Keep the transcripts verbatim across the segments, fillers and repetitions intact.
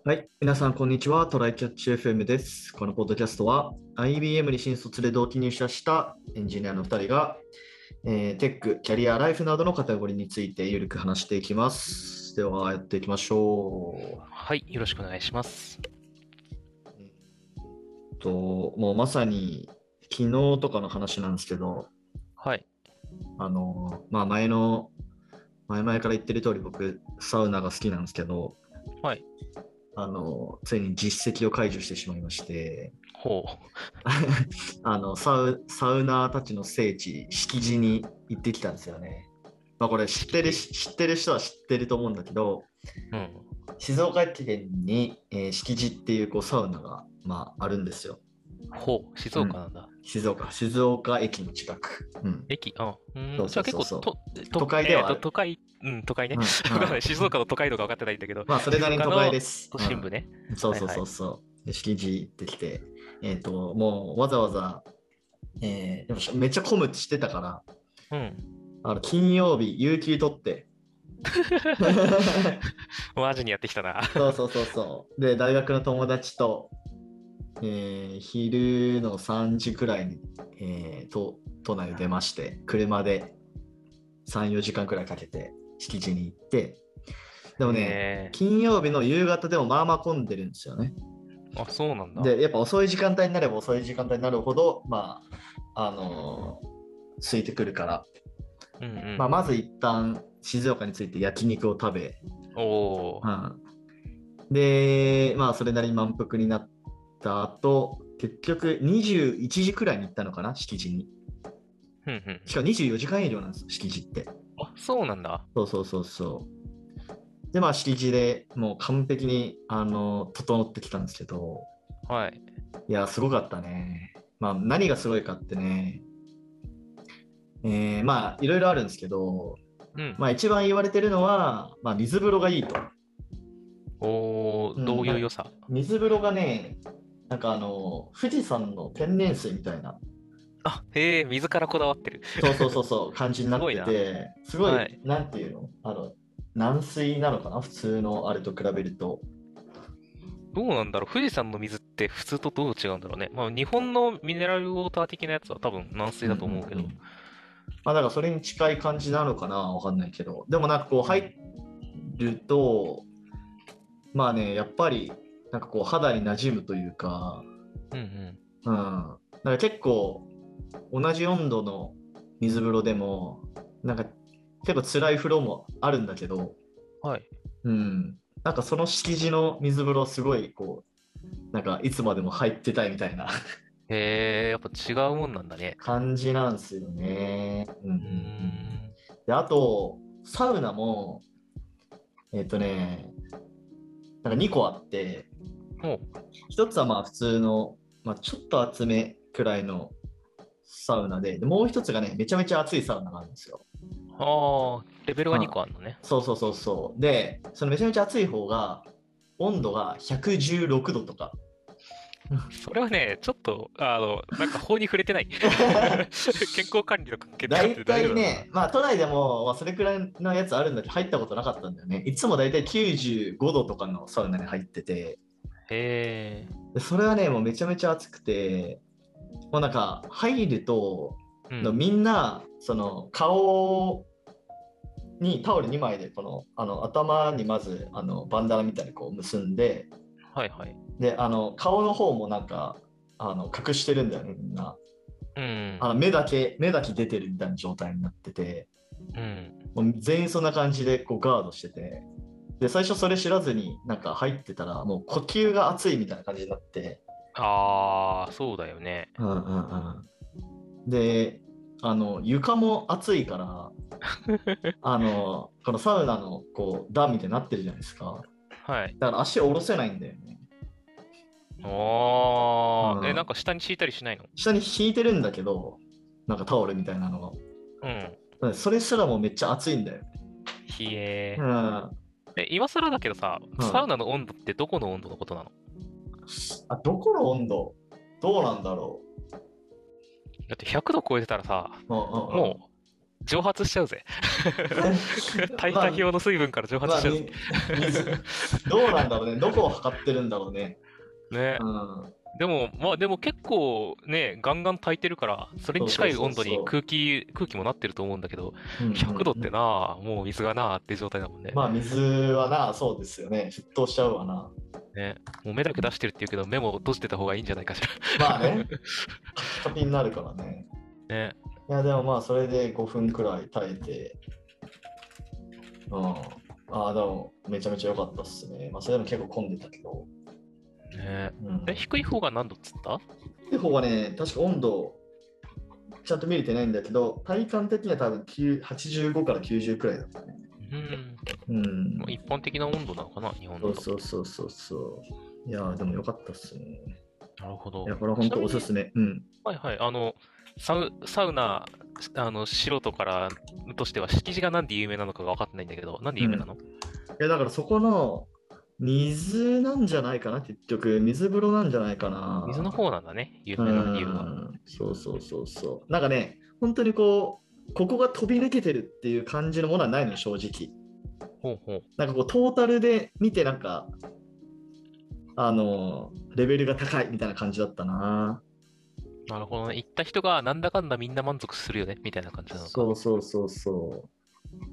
はい。皆さん、こんにちは。トライキャッチ エフエム です。このポッドキャストは、アイビーエム に新卒で同期入社したエンジニアのふたりが、えーテック、キャリア、ライフなどのカテゴリーについてゆるく話していきます。では、やっていきましょはい、よろしくお願いします。 う。えっと、もうまさに昨日とかの話なんですけど、 はい。 あの、まあ、前の、前々から言ってる通り、僕、サウナが好きなんですけど、 はい。 あの、ついに実績を解除してしまいまして、 ほあのサウ、サウナーたちの聖地、敷地に行ってきたんですよね。まあ、これう。 知ってる、 敷地。 知ってる人は知ってると思うんだけど、 うん。 静岡県に、えー敷地っていうこうサウナが、まあ、あるんですよ。 ほう。静うん。 岡なんだ。 静岡、静岡駅の近く。うん。 駅、あ、うん。 そうじゃあ結構、 そうそうそと、 う。都と、えっと、 会ではある。 都会、うん、都会ね。 うん。 わかんない。 うん。 静岡の都会度が分かってないんだけど、 まあ、それなりに都会静岡のです。 都うん。 心部ね。 そうそうはいはい。 そうそう。で敷地行ってきて、えっと、もうわざわざ、えーでもめっちゃ混むって知ってたから、 うん。 あの金曜日、有給取って、 マジにやってきたな。 そうそうそうそう。で、大学の友達と、えー昼のさんじくらいに、えー都都内を出まして、車でさん、よじかんくらいかけて敷地に行って、でもね、 へ金曜日の夕方でもまあまあ混んでるんですよね。 え。あ、そうなんだ。 で、やっぱ遅い時間帯になれば遅い時間帯になるほど、まあ、あのー空いてくるから、 うんうまあ、 ん。 まず一旦静岡について焼肉を食べ、 おー。 うん、で、まあ、それなりに満腹になった後、結局にじゅういちじくらいに行ったのかな、敷地に。 うんうんうん。 しかもにじゅうよじかん営業なんですよ、敷地って。 あ、そうなんだ。 そうそうそうそう。で、まあ、敷地でもう完璧に、あの、整ってきたんですけど、 はい。 いや、すごかったね。まあ、何がすごいかってね、えーまあ、いろいろあるんですけど、 うん。 まあ、一番言われてるのは、まあ、水風呂がいいと。 おー、どうん、なんかういう良さ？ 水風呂がね、なんかあの、富士山の天然水みたいな、 あ、へえ、水からこだわってる。 そうそうそうそう、感じになってすごいな。 て、すごい、 はい。 なんていうのあの、軟水なのかな普通のあれと比べると。 どうなんだろう。富士山の水って普通とどう違うんだろうね。まあ、日本のミネラルウォーター的なやつは多分軟水だうんうんと思うけど。 うん。まあ、だからそれに近い感じなのかなわかんないけど。でもなんかこう入うん。 ると、まあね、やっぱり、なんかこう肌に馴染むというか、 うんうん。 うん。なんか結構、同じ温度の水風呂でも、なんか結構辛い風呂もあるんだけど、 はい。 うん。なんかその敷地の水風呂すごいこう、なんかいつまでも入ってたいみたいなへえ、やっぱ違うもんなんだね。 感じなんですよね。うんうんううーん。 ん。 で、あと、サウナも、えっとね、なんかにこあって、 おう。 一つはまあ普通の、まあちょっと厚めくらいのサウナで、でもう一つがね、めちゃめちゃ熱いサウナがあるんですよ。 ああ、レベルがにうん。 こあるのね。 そうそうそうそう。で、そのめちゃめちゃ熱い方が、温度がひゃくじゅうろくどとか。 それはね、ちょっと、あの、なんか法に触れてない。健康管理の関係ってあって大大丈夫なのかな？ 体ね、まあ都内でも、まあ、それくらいのやつあるんだけど、入ったことなかったんだよね。いつも大体きゅうじゅうごどとかのサウナに入ってて、 へえ。 でそれはね、もうめちゃめちゃ暑くて、もうなんか入ると、 うん。 みんな、その顔にタオルにまいで、この、あの頭にまずあのバンダナみたいにこう結んで、 はいはい。 で、あの顔の方もなんかあの隠してるんだよね、みんな。 うん。 あの目だけ、目だけ出てるみたいな状態になってて、 うん。 もう全員そんな感じでこうガードしてて、で、最初それ知らずになんか入ってたら、もう呼吸が熱いみたいな感じになって、 ああ、そうだよね。 うんうんうん。で、あの、床も熱いから、あの、このサウナのこう段みたいになってるじゃないですか。 はい。 だから足を下ろせないんだよね。うああ、え、なんん。 か下に敷いたりしないの？ 下に引いてるんだけど、なんかタオルみたいなのが。 うん。 それすらもめっちゃ熱いんだよね。 ひえ。 うん。 え、今更だけどさ、 うん。 サウナの温度ってどこの温度のことなの？ あ、どこの温度どうなんだろだってひゃくど超えてたらさ、 う。うんうんうん。 も蒸発しちゃうぜ。炊いた表の水分から蒸まあ、 発しちゃうぜ。 み水、どうなんだろうね。どこを測ってるんだろうね。 ね。 うん。 でも、まあでも結構ね、ガンガン炊いてるから、それに近そうそうい温度にそうそ空気、空気もなってると思うんだけど、 う。うんうひゃくどってんうん。 なあ、もう水がなあって状態だもんね。 まあ、水はな、そうですよね。沸騰しちゃうわな。 ね。もう目だけ出してるって言うけど、目も閉じてた方がいいんじゃないかしら。 まあね、カピカピになるからね。 ね。 いや、でもまあ、それでごふんくらい耐えて、うん。ああ、でも、めちゃめちゃ良かったっすね。まあ、それでも結構混んでたけど。 ね。 うん。 え、低い方が何度っつった？ で、方はね、確か温度、ちゃんと見れてないんだけど、体感的には多分きゅうはちじゅうごからきゅうじゅうくらいだったね。 うん。 うんまあ。一般的な温度なのかな、日本そうだと。 そうそうそうそう。いやー、でも良かったっすね。 なるほど。 いや、これは本ちなみに、 当おすすめ。うん。 はいはい、あの、サウ、サウナ、あの、素人からとしては、敷地がなんで有名なのかが分かってないんだけど、なんでうん。い有名なの？ や、だからそこの水なんじゃないかな、結局。水風呂なんじゃないか水のな。 方なんだね、有う名な理由は。 ん。そうそうそうそう。なんかね、本当にこう、ここが飛び抜けてるっていう感じのものはないの、正直。 ほうほう。 なんかこう、トータルで見て、なんか、あの、レベルが高いみたいな感じだったな。 なるほどね。行った人がなんだかんだみんな満足するよね、みたいな感じなのか。 そうそうそうそう。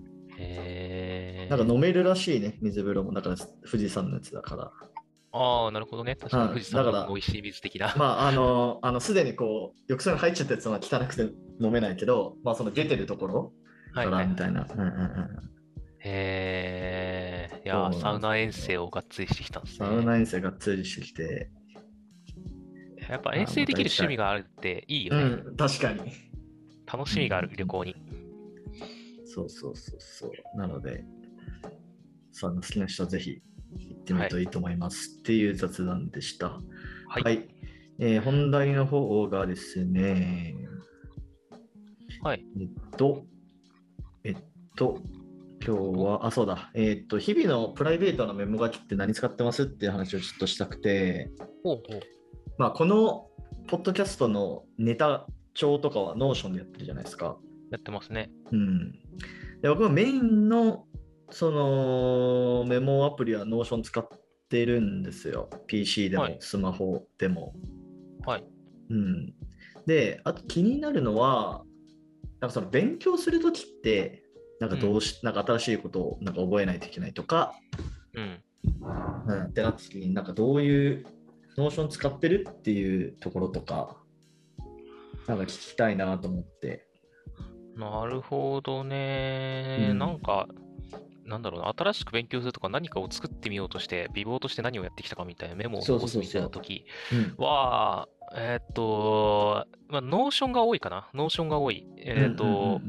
なんかへえ。 飲めるらしいね、水風呂も。だから富士山のやつだかああ、なるほどね。確かにら。うん。 富士山のだから、 美味しい水的な。 まあ、あの、あの、すでにこう、浴槽に入っちゃったやつは汚くて飲めないけど、まあ、その出てるところかはいはいはい。 らみたいな。うんうんうん。 へえ。いやー、 そうなんでサウナ遠すよ。 征をがっつりしてきたんですサウね。 ナ遠征がっつりしてきて、 やっぱ遠あ、ま征できるた行きたい。 趣味があるっていいよね。 うん、確かに。 楽うんうんしみがある、旅うん、 行に。 そうそうそうそう。なので、サウナ好きな人はぜひ行ってみはい。 るといいと思いますっていう雑談でした。 はい。 はい。えー本題の方がですね、 はい。 えっと、えっと、今日と、 は、あ、そうだ、えっと、日々のプライベートのメモ書きって何使ってますっていう話をちょっとしたくて、 ほうほう。 まあ、このポッドキャストのネタ帳とかはノーションでやってるじゃないですか。 やってますね。 うん。で、僕はメインのそのメモアプリはノーション使ってるんですよ。ピーシー ではい。 もスマホでも。 はい。 うん。で、あと気になるのは、なんかその勉強するときって、なんかうん。 どうし、なんか新しいことをなんか覚えないといけないとか、 うん。 うん、ってなったときに、なんかどういうノーション使ってるっていうところとか、なんか聞きたいなと思って。 なるほどね。なうん。 んか、なんだろうな、新しく勉強するとか何かを作ってみようとして、美貌として何をやってきたかみたいなメモをそうそ残すみたいうそうそな時う。うん。 は、えーっと、まあ、ノーションが多いかな。ノーションが多い。 うんうんえーっと、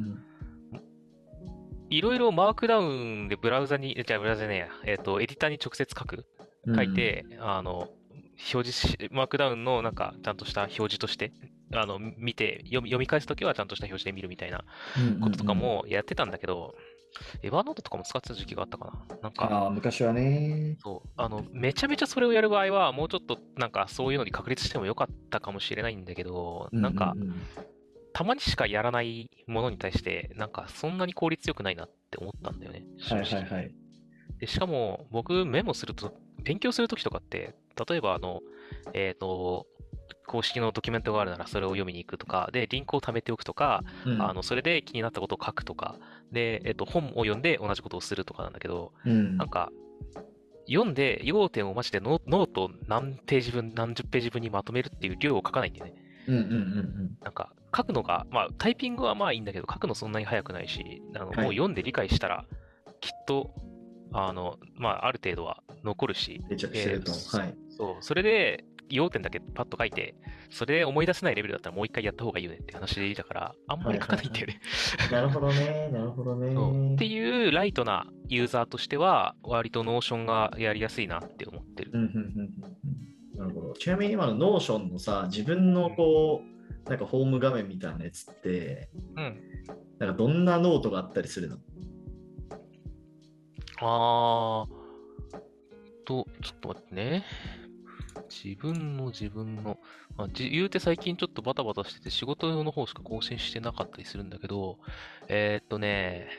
いろいろマークダウンでブラウザに、じゃあブラウザじゃねえや、えーっと、エディターに直接書く。 うんうん。うん書いて、あの、表示し、マークダウンのなんか、ちゃんとした表示として、あの、見て、読み読み返すときはちゃんとした表示で見るみたいなうんうんうこととかん。 もやってたんだけど、エヴァーノートとかも使ってた時期があったかな。なんか、 ああ、昔はね。 そう、あの、めちゃめちゃそれをやる場合は、もうちょっとなんかそういうのに確立してもよかったかもしれないんだけど、 うんうんうなんか、 ん。 たまにしかやらないものに対して、なんかそんなに効率よくないなって思ったんだよね、 はいはい正直。 はい。 で、しかも、僕、メモすると、勉強するときとかって、例えば、あの、えっと、公式のドキュメントがあるならそれを読みに行くとか、で、リンクを貯めておくとか、 うん。 あの、それで気になったことを書くとか、で、えっと、本を読んで同じことをするとかなんだけど、 うん。 なんか、読んで要点をマジでノノート何ページ分、何十ページ分にまとめるっていう量を書かないんだよね。 うんうんうんうん。 なんか、書くのが、まあ、タイピングはまあいいんだけど、書くのそんなに早くないし、あの、 はい。 もう読んで理解したら、きっと、あの、まあ、ある程度は残るし、 定着してると。 えーそはい。 そう、それで、要点だけパッと書いて、それで思い出せないレベルだったらもう一回やった方がいいよねって話だから、あんまり書はいはいはい。 かないんだよね。 なるほどね。なるほどそう。ってね。 いうライトなユーザーとしては、割とノーションがやりやすいなって思ってる。 うんうんうんうんうん。なるほど。ちなみに今のノーションのさ、自分のうん。 こう、なんかホーム画面みたいなやつって、 うん。 なんかどんなノートがあったりするの？ あーと、ちょっと待ってね。 自分の自分の、まあ、じ言うて最近ちょっとバタバタしてて仕事用の方しか更新してなかったりするんだけど、えーっとね、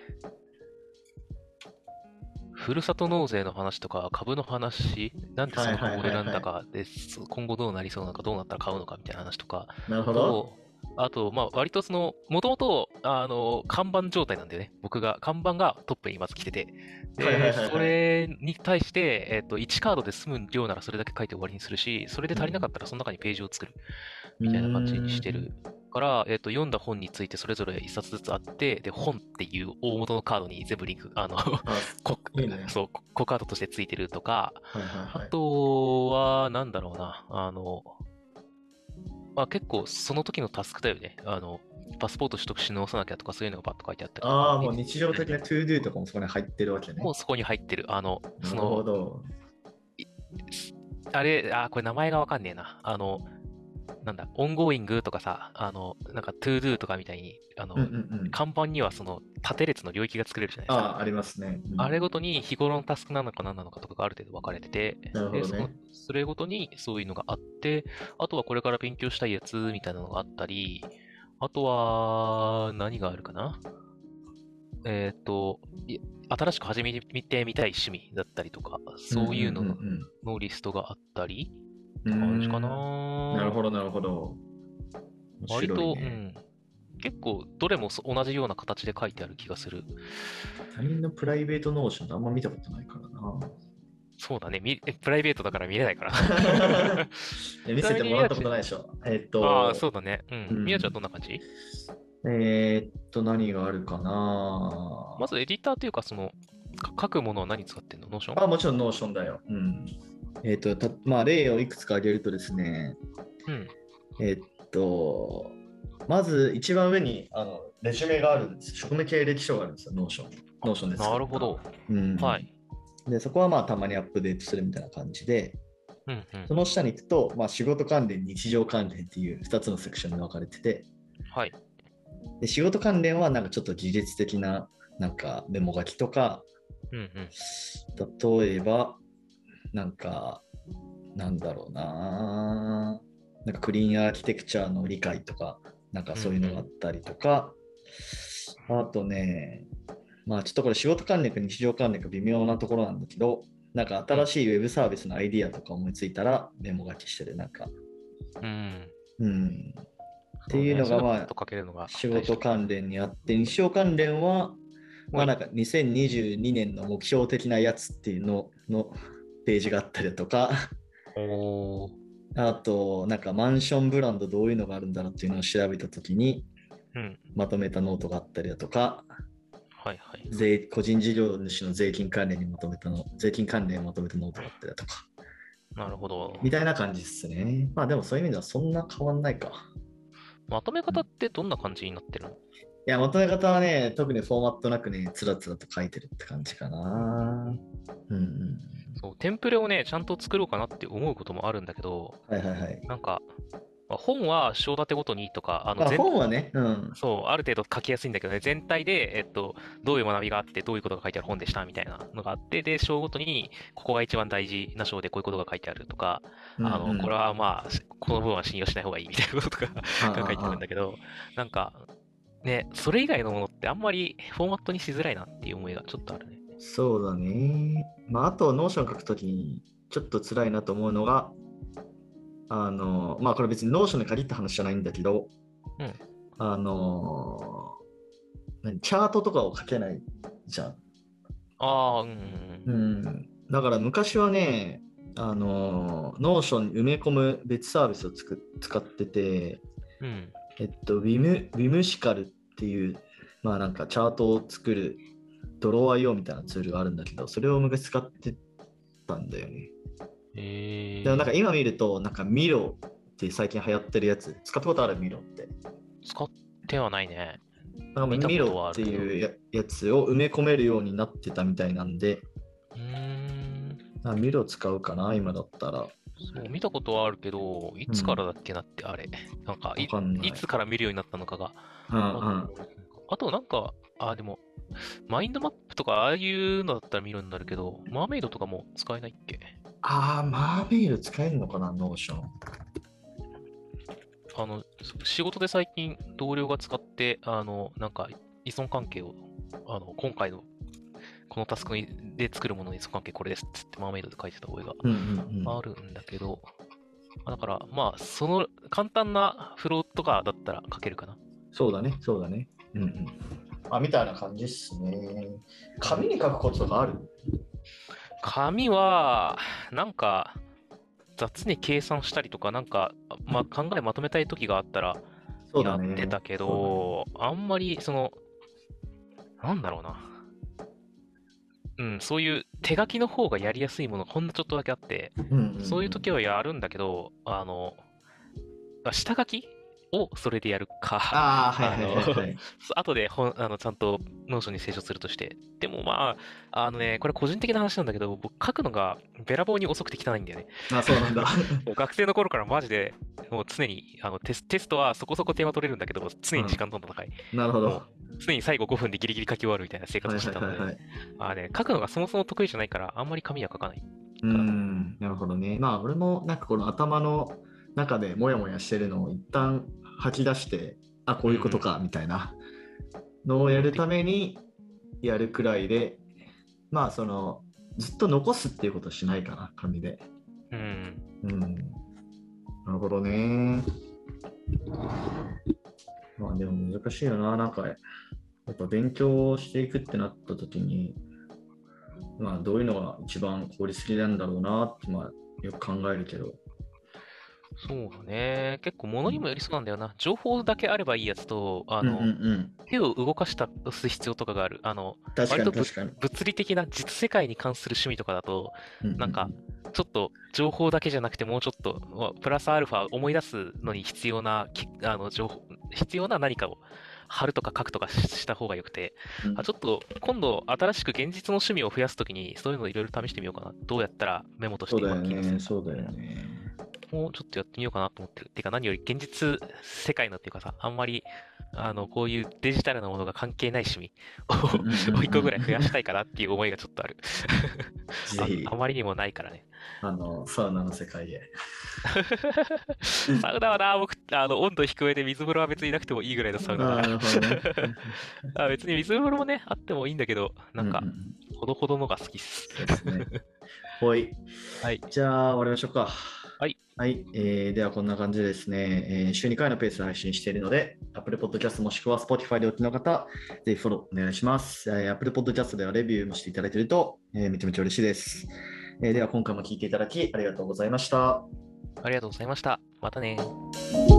ふるさと納税の話とか株の話、なんでそはいはいの株を選んはいはい。 だかで、今後どうなりそうなのか、どうなったら買うのかみたいな話とか、 なるほど。 と、あと、まあ、割とその、もともと、あの、看板状態なんだよね。僕が、看板がトップにまず来てて。で、 はいはいはいそはい。 れに対して、えっと、いちカードで済む量ならそれだけ書いて終わりにするし、それで足りなかったらその中にページを作る。 うみたいな感じにーん。 してるから、えっと、読んだ本についてそれぞれいっさつずつあって、で、本っていう大元のカードに全部リンク、あのあ、すこ、 いいね。 そう、コカードとしてついてるとか、 はいはいあはい。 とは、なんだろうな、あの、まあ、結構その時のタスクだよね。あの、パスポート取得し直さなきゃとかそういうのがパッと書いてあったりとか、 ああ、もうリス日常的なうんトゥードゥとかもそこに入ってるわけね。 もうそこに入ってる。あの、 なるほその、 ど。 いあれ、あ、これ名前がわかんねえな。あの、なんだ、オンゴーイングとかさ、あの、なんか、トゥードゥとかみたいに、あうんうの、 んうん。 看板にはその縦列の領域が作れるじゃないですか。 ああ、ありますね。うん。 あれごとに日頃のタスクなのか何なのかとかがある程度分かれてて、 なるほで、その、 どね。 それごとにそういうのがあって、あとはこれから勉強したいやつみたいなのがあったり、あとは、何があるかなえっと、い新しく始めてみたい趣味だったりとか、 うんうんそういうののうんのリストがあったりっうん。 て感じかうーん。なるな。 ほどなるほど。面割と、う白いね。 ん。結構、どれもそ同じような形で書いてある気がする。 他人のプライベートノーションってあんま見たことないからな。 そうだね。みプライベートだから見れないから。 いや見ちなせてもらったこみに、宮地、 とないでしょ。えっああ、そと、 うだね。うん。宮地はうん。 どんな感じ？ えーっと、何があるかな。 まず、エディターというか、その、か書くものは何使ってんの？ノーション？ あ、もちろんノーションだよ。うん。えーっと、たまあ、例をいくつか挙げるとですね、 うん。 えーっと、まず一番上にあのレジュメがあるんです。職務経歴書があるんですよ、ノーション。 あ、 ノーションで作った。 なるほど。 うん。 はい。 で、そこはまあたまにアップデートするみたいな感じで、 うんうん。 その下に行くと、まあ、仕事関連、日常関連っていうふたつのセクションに分かれてて、 はい。 で仕事関連はなんかちょっと技術的ななんかメモ書きとか、 うんうん。 例えば、なんか、なんだろうな、なんかクリーンアーキテクチャの理解とか、なんかうんそういうのがあったりとか、あとね、まあちょっとこれ仕事関連か日常関連か微妙なところなんだけど、なんかうん。 新しいウェブサービスのアイディアとか思いついたらメモ書きしてる、なんか、 うん。 うん。っていうそうね。 のがまあそういうのパッと書けるのが仕大事だね。 事関連にあって、日常関連は、まはい。 あなんかにせんにじゅうにねんの目標的なやつっていうののページがあったりだとか、 おー。 あとなんかマンションブランドどういうのがあるんだろうっていうのを調べたときにうん。 まとめたノートがあったりだとか、 はいはいはい。 税個人事業主の税金関連にまとめたの、税金関連をまとめたノートがあったりだとか、 なるほど。 みたいな感じですね。まあでもそういう意味ではそんな変わんないか。 まとめ方ってどんな感じになってるの？ いや、まとめ方はね、特にフォーマットなくね、つらつらと書いてるって感じかな。うんうん。 そう、テンプレをね、ちゃんと作ろうかなって思うこともあるんだけど、 はいはいはい。 なんか、まあ本は章立てごとにとか、あのまあ全、 本はね、うん。 そう、ある程度書きやすいんだけどね、全体で、えっと、どういう学びがあって、どういうことが書いてある本でしたみたいなのがあって、で、章ごとに、ここが一番大事な章でこういうことが書いてあるとか、 うんうあの、これん。 はまあ、この部分は信用しない方がいいみたいなこととかあが書いてああああ。 るんだけど、なんか、ね、それ以外のものってあんまりフォーマットにしづらいなっていう思いがちょっとあるね。 そうだね。まああと、ノーション書くときにちょっと辛いなと思うのが、あの、まあこれ別にノーションに限った話じゃないんだけど、 うん。 あの、何チャートとかを書けないじゃん。 ああ、うんうんうん。だから昔はね、あの、ノーションに埋め込む別サービスをつく使ってて、 うん。うん。 えっと、ウィム、ウィムシカルっていう、まあなんかチャートを作るドロー アイオー みたいなツールがあるんだけど、それを昔使ってたんだよね。でもなんかえー、 今見ると、なんかミロって最近流行ってるやつ、使ったことあるミロって。 使ってはないね。 なんか見たことミロってはあるけど。 いうや、やつを埋め込めるようになってたみたいなんで、 うーん。 あミロ使うかな、今だったら。 そう、見たことはあるけど、いつからうん、 だっけなってあれ。なんか、 わい、 かんない。 いつから見るようになったのかが。 うんあ、 うん。 あとなんか、あ、でも、マインドマップとかああいうのだったら見るようになるけど、マーメイドとかも使えないっけ？ ああ、マーメイル使えるのかな、ノーション。 あの、仕事で最近同僚が使って、あの、なんか依存関係を、あの、今回のこのタスクで作るものの依存関係これですっつってマーメイドで書いてた覚えがうんうんあるんだけど、だから、まあ、その簡単なフローとかだったら書けるかな。 そうだね、そうだね。うんうん。あ、みたいな感じっすね。紙に書くコツとかある？ 紙は、なんか、雑に計算したりとか、なんか、まあ、考えまとめたい時があったらやっそうだね。 てたけそうだね。 ど、あんまり、その、なんだろうな。うん、そういう手書きの方がやりやすいものがほんのちょっとだけあって、 うんうんうん、 そういう時はやるんだけど、あの、あ下書きをそれでやるか、 ああ、はいはいあの、 はいはい。 後で本あのちゃんとノーションに清書するとして。でもまあ、あのね、これ個人的な話なんだけど、僕書くのがべらぼうに遅くて汚いんだよね。 あ、そうなんだ。 もう学生の頃からマジで、もう常にあのテス、テストはそこそこ点は取れるんだけど、常に時うん。 間との戦い。 なるほど。 もう常に最後ごふんでギリギリ書き終わるみたいな生活をはいしてたので、 はいはいはい。 あーね、書くのがそもそも得意じゃないから、あんまり紙は書かないうーかな。 ん、なるほどね。まあ、俺もなんかこの頭の中でモヤモヤしてるのを一旦吐き出して、あ、こういうことうん。 かみたいなのをやもうで、 るためにやるくらいで、まあ、その、ずっと残すっていうことはしないかな、紙で。 うん。 うん、なるほどね。まあ、でも難しいよな。なんか、やっぱ勉強していくってなった時に、まあ、どういうのが一番効率的なんだろうなって、まあ、よく考えるけど。 そうだね。結構物にもよりそうなんだよな。情報だけあればいいやつと、あうんうんうの、 ん。 手を動かしたす必要とかがある。あの、 確か割とぶに確かに。 物理的な実世界に関する趣味とかだと、 うんうんうなんか、 ん、 ちょっと情報だけじゃなくてもうちょっと、まあプラスアルファ思い出すのに必要な、きあの、情報、必要な何かを貼るとか書くとかしした方がよくて、あ、ちょっと今度新しく現実の趣味を増やすときにそういうのをいろいろ試してみようかな。どうやったらメモとしそうてうまくだよね、 機能するか。 そうだよね。 もうちょっとやってみようかなと思ってる。てか何より現実世界のっていうかさ、あんまり、あの、こういうデジタルなものが関係ない趣味うんうんうんを一個ぐらい増やしうん。 たいかなっていう思いがちょっとある。あ、 ぜひ、 あまりにもないからね。 あの、サウナの世界へ。 サウナはな、僕、あの、温度低めで水風呂は別になくてもいいぐらいのサウナだああ、 かなるほどね。 ら。あ、別に水風呂もね、あってもいいんだけど、なんか、 うんうんうん。 ほどほどのが好きっす。 そうですね。ほい。 はい。 じゃあ、終わりましょうか。 はい。 はい、えーではこんな感じでですね、えー週にかいのペースで配信しているので、Apple Podcast もしくは Spotify でお聞きの方、ぜひフォローお願いします。えー Apple Podcast ではレビューもしていただけると、えーめちゃめちゃ嬉しいです。えーでは今回も聞いていただきありがとうございました。 ありがとうございました。またね。